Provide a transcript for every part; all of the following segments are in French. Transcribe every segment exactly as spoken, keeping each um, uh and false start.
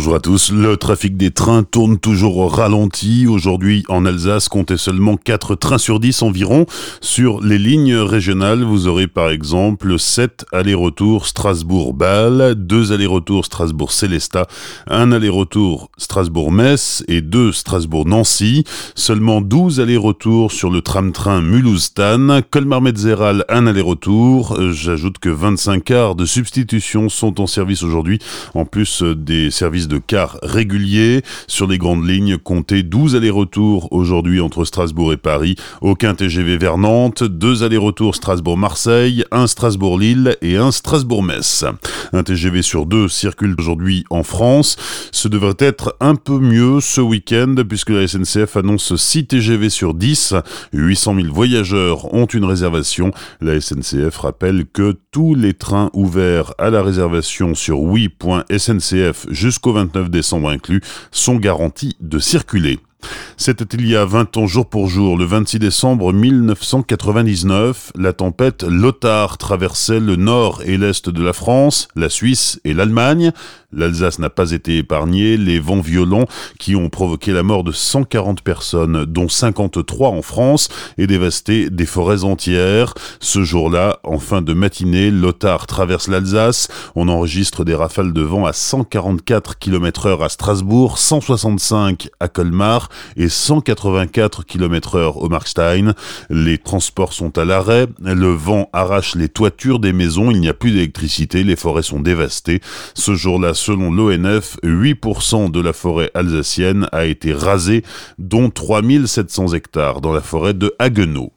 Bonjour à tous, le trafic des trains tourne toujours au ralenti. Aujourd'hui en Alsace, comptez seulement quatre trains sur dix environ. Sur les lignes régionales, vous aurez par exemple sept allers-retours Strasbourg-Bâle, deux allers-retours Strasbourg-Célestat, un aller-retour Strasbourg-Metz et deux Strasbourg-Nancy. Seulement douze allers-retours sur le tram-train Mulhouse-Thann, Colmar-Metzeral, un aller-retour. J'ajoute que vingt-cinq cars de substitution sont en service aujourd'hui, en plus des services de cars réguliers. Sur les grandes lignes, comptez douze allers-retours aujourd'hui entre Strasbourg et Paris, aucun T G V vers Nantes, deux allers-retours Strasbourg-Marseille, un Strasbourg-Lille et un Strasbourg-Metz. Un T G V sur deux circule aujourd'hui en France. Ce devrait être un peu mieux ce week-end puisque la S N C F annonce six T G V sur dix. huit cent mille voyageurs ont une réservation. La S N C F rappelle que tous les trains ouverts à la réservation sur oui point s n c f jusqu'au vingt-neuf décembre inclus sont garantis de circuler. C'était il y a vingt ans jour pour jour, le vingt-six décembre mille neuf cent quatre-vingt-dix-neuf, la tempête Lothar traversait le nord et l'est de la France, la Suisse et l'Allemagne. L'Alsace n'a pas été épargnée, les vents violents qui ont provoqué la mort de cent quarante personnes, dont cinquante-trois en France, et dévasté des forêts entières. Ce jour-là, en fin de matinée, Lothar traverse l'Alsace. On enregistre des rafales de vent à cent quarante-quatre kilomètres heure à Strasbourg, cent soixante-cinq à Colmar et cent quatre-vingt-quatre kilomètres heure au Markstein. Les transports sont à l'arrêt, le vent arrache les toitures des maisons, il n'y a plus d'électricité, les forêts sont dévastées. Ce jour-là, selon l'O N F, huit pour cent de la forêt alsacienne a été rasée, dont trois mille sept cents hectares dans la forêt de Haguenau.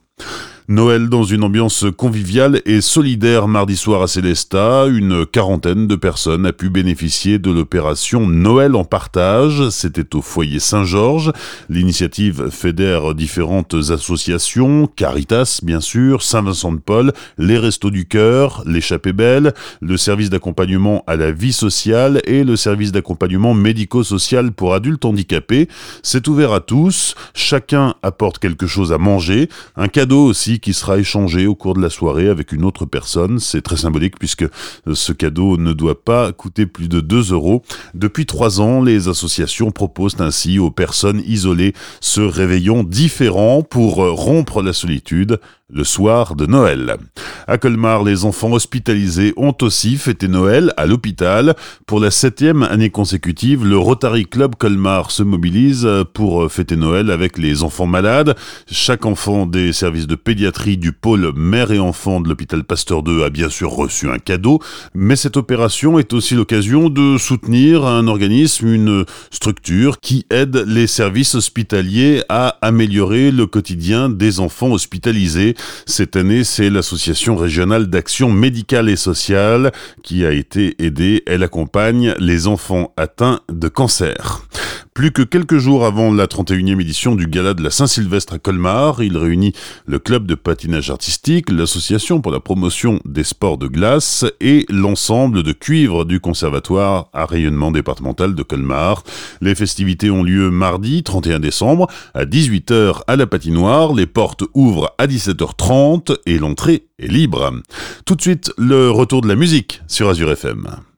Noël dans une ambiance conviviale et solidaire mardi soir à Célestat. Une quarantaine de personnes a pu bénéficier de l'opération Noël en partage. C'était au foyer Saint-Georges. L'initiative fédère différentes associations, Caritas bien sûr, Saint-Vincent-de-Paul, les Restos du Cœur, l'Échappée Belle, le service d'accompagnement à la vie sociale et le service d'accompagnement médico-social pour adultes handicapés. C'est ouvert à tous. Chacun apporte quelque chose à manger. Un cadeau aussi qui sera échangé au cours de la soirée avec une autre personne. C'est très symbolique puisque ce cadeau ne doit pas coûter plus de deux euros. Depuis trois ans, les associations proposent ainsi aux personnes isolées ce réveillon différent pour rompre la solitude le soir de Noël. À Colmar, les enfants hospitalisés ont aussi fêté Noël à l'hôpital. Pour la septième année consécutive, le Rotary Club Colmar se mobilise pour fêter Noël avec les enfants malades. Chaque enfant des services de pédiatrie du pôle mère et enfant de l'hôpital Pasteur deux a bien sûr reçu un cadeau, mais cette opération est aussi l'occasion de soutenir un organisme, une structure qui aide les services hospitaliers à améliorer le quotidien des enfants hospitalisés. Cette année, c'est l'association régionale d'action médicale et sociale qui a été aidée. Elle accompagne les enfants atteints de cancer. Plus que quelques jours avant la trente et unième édition du Gala de la Saint-Sylvestre à Colmar, il réunit le club de patinage artistique, l'association pour la promotion des sports de glace et l'ensemble de cuivre du conservatoire à rayonnement départemental de Colmar. Les festivités ont lieu mardi trente et un décembre à dix-huit heures à la patinoire. Les portes ouvrent à dix-sept heures trente et l'entrée est libre. Tout de suite, le retour de la musique sur Azure F M.